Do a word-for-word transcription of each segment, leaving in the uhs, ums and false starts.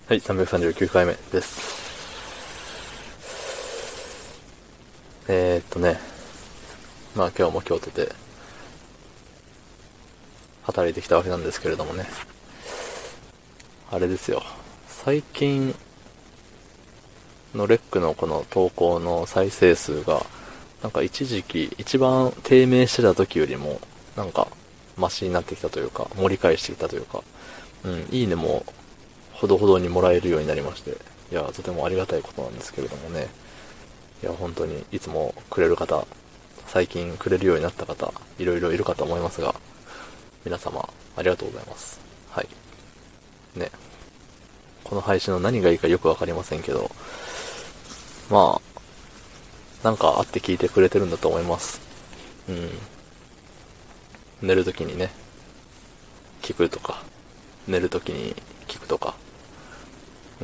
はい、さんびゃくさんじゅうきゅうかいめです。えーっとね、まあ今日も京都で働いてきたわけなんですけれどもね、あれですよ。最近のレックのこの投稿の再生数が、なんか一時期一番低迷してた時よりも、なんかマシになってきたというか、盛り返してきたというか、うん、いいねもほどほどにもらえるようになりまして、いや、とてもありがたいことなんですけれどもね。いや、本当にいつもくれる方、最近くれるようになった方、いろいろいるかと思いますが、皆様、ありがとうございます。はい。ね。この配信の何がいいかよくわかりませんけど、まあ、なんかあって聞いてくれてるんだと思います。うん。寝るときにね、聞くとか、寝るときに聞くとか、うん。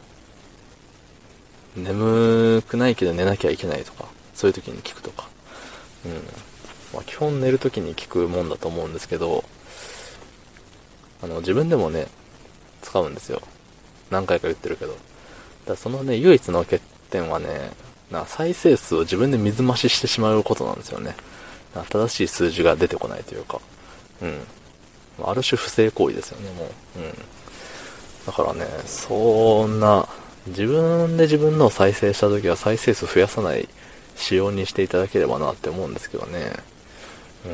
眠くないけど寝なきゃいけないとか、そういうときに聞くとか、うん。まあ、基本寝るときに聞くもんだと思うんですけど、あの、自分でもね、使うんですよ。何回か言ってるけど。だからそのね、唯一の欠点はね、な再生数を自分で水増ししてしまうことなんですよね。正しい数字が出てこないというか。うん。ある種不正行為ですよね、もう。うん。だからね、そんな、自分で自分のを再生した時は再生数増やさない仕様にしていただければなって思うんですけどね。うん。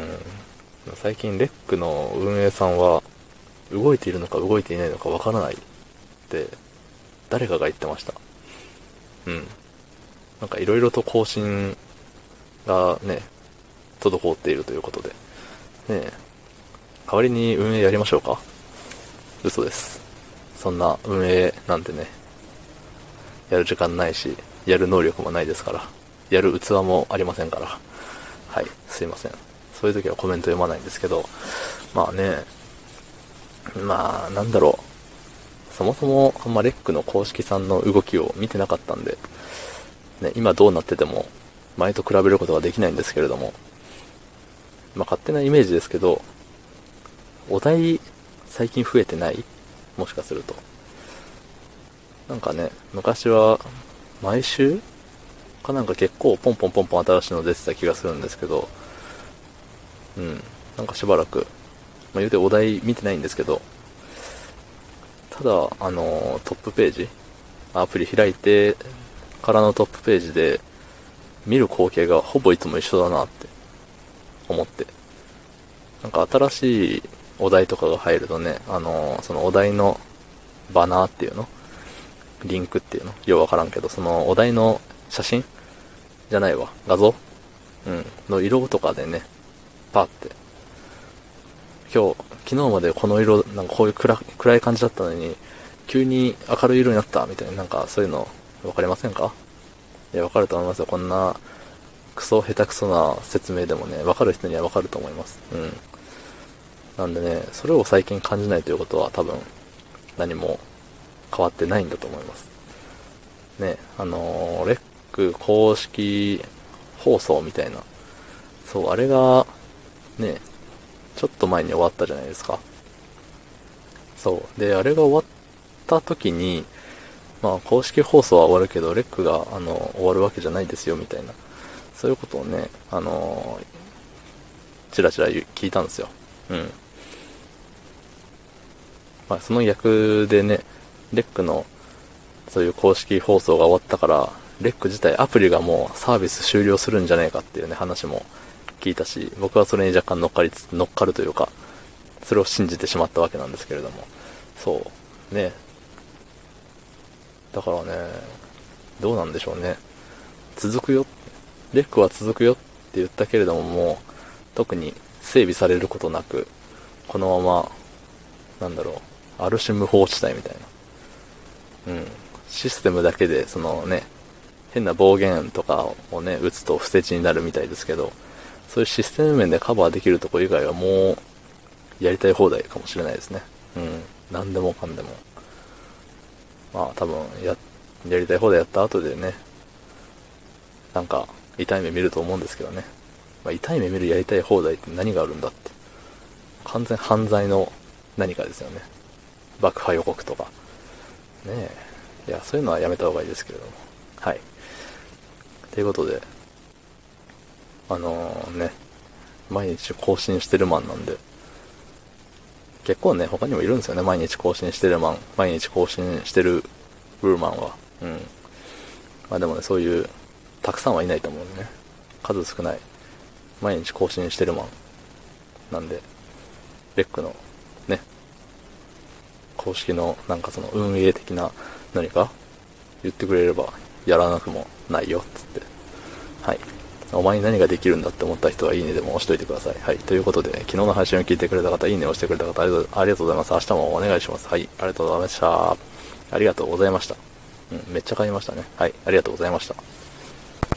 最近レックの運営さんは、動いているのか動いていないのかわからないって誰かが言ってました。うん。なんかいろいろと更新がね、滞っているということで。ねえ、代わりに運営やりましょうか？嘘です。そんな運営なんてね、やる時間ないし、やる能力もないですから。やる器もありませんから。はい、すいません。そういう時はコメント読まないんですけど、まあね、まあ、なんだろう。そもそもあんまレックの公式さんの動きを見てなかったんで、ね、今どうなってても前と比べることができないんですけれども、まあ勝手なイメージですけど、お題最近増えてない？もしかすると。なんかね、昔は毎週かなんか結構ポンポンポンポン新しいの出てた気がするんですけど、うん、なんかしばらく、まあ、言うてお題見てないんですけど、ただ、あのー、トップページ、アプリ開いてからのトップページで見る光景がほぼいつも一緒だなって思って、なんか新しいお題とかが入るとね、あのー、そのお題のバナーっていうのリンクっていうのようわからんけど、そのお題の写真じゃないわ、画像うんの色とかでね、パーって、今日、昨日までこの色、なんかこういう暗暗い感じだったのに、急に明るい色になったみたいな、なんかそういうのわかりませんか？いや、わかると思いますよ。こんなクソ下手くそな説明でもね、わかる人にはわかると思います。うん。なんでね、それを最近感じないということは多分何も変わってないんだと思います。ね、あのー、レック公式放送みたいな、そう、あれがね、ちょっと前に終わったじゃないですか。そう。で、あれが終わった時に、まあ、公式放送は終わるけど、レックが、あの、終わるわけじゃないですよ、みたいな。そういうことをね、あのー、ちらちら聞いたんですよ。うん。まあ、その逆でね、レックの、そういう公式放送が終わったから、レック自体アプリがもうサービス終了するんじゃないかっていうね、話も聞いたし、僕はそれに若干乗っかりつ、乗っかるというか、それを信じてしまったわけなんですけれども。そう。ね。だからね、どうなんでしょうね。続くよ。レックは続くよって言ったけれども、もう、特に整備されることなく、このまま、なんだろう、ある種無法地帯みたいな。うん。システムだけで、そのね、変な暴言とかをね、打つと不正になるみたいですけど、そういうシステム面でカバーできるとこ以外はもう、やりたい放題かもしれないですね。うん。何でもかんでも。まあ多分、や、やりたい放題やった後でね、なんか、痛い目見ると思うんですけどね。まあ、痛い目見るやりたい放題って何があるんだって。完全犯罪の何かですよね。爆破予告とか。 ねえ。いや、そういうのはやめた方がいいですけれども。はい。ということで、あのー、ね、毎日更新してるマンなんで、結構ね、他にもいるんですよね。毎日更新してるマン。毎日更新してるウーマンは。うん。まあでもね、そういう、たくさんはいないと思うんでね。数少ない。毎日更新してるマン。なんで、レックの、ね、公式の、なんかその運営的な何か言ってくれれば、やらなくもないよ、つって。はい。お前に何ができるんだって思った人はいいねでも押しといてください。はい。ということで、昨日の配信を聞いてくれた方、いいねを押してくれた方、ありがとうありがとうございます。明日もお願いします。はい。ありがとうございました。ありがとうございました。うん、めっちゃ買いましたね。はい。ありがとうございました。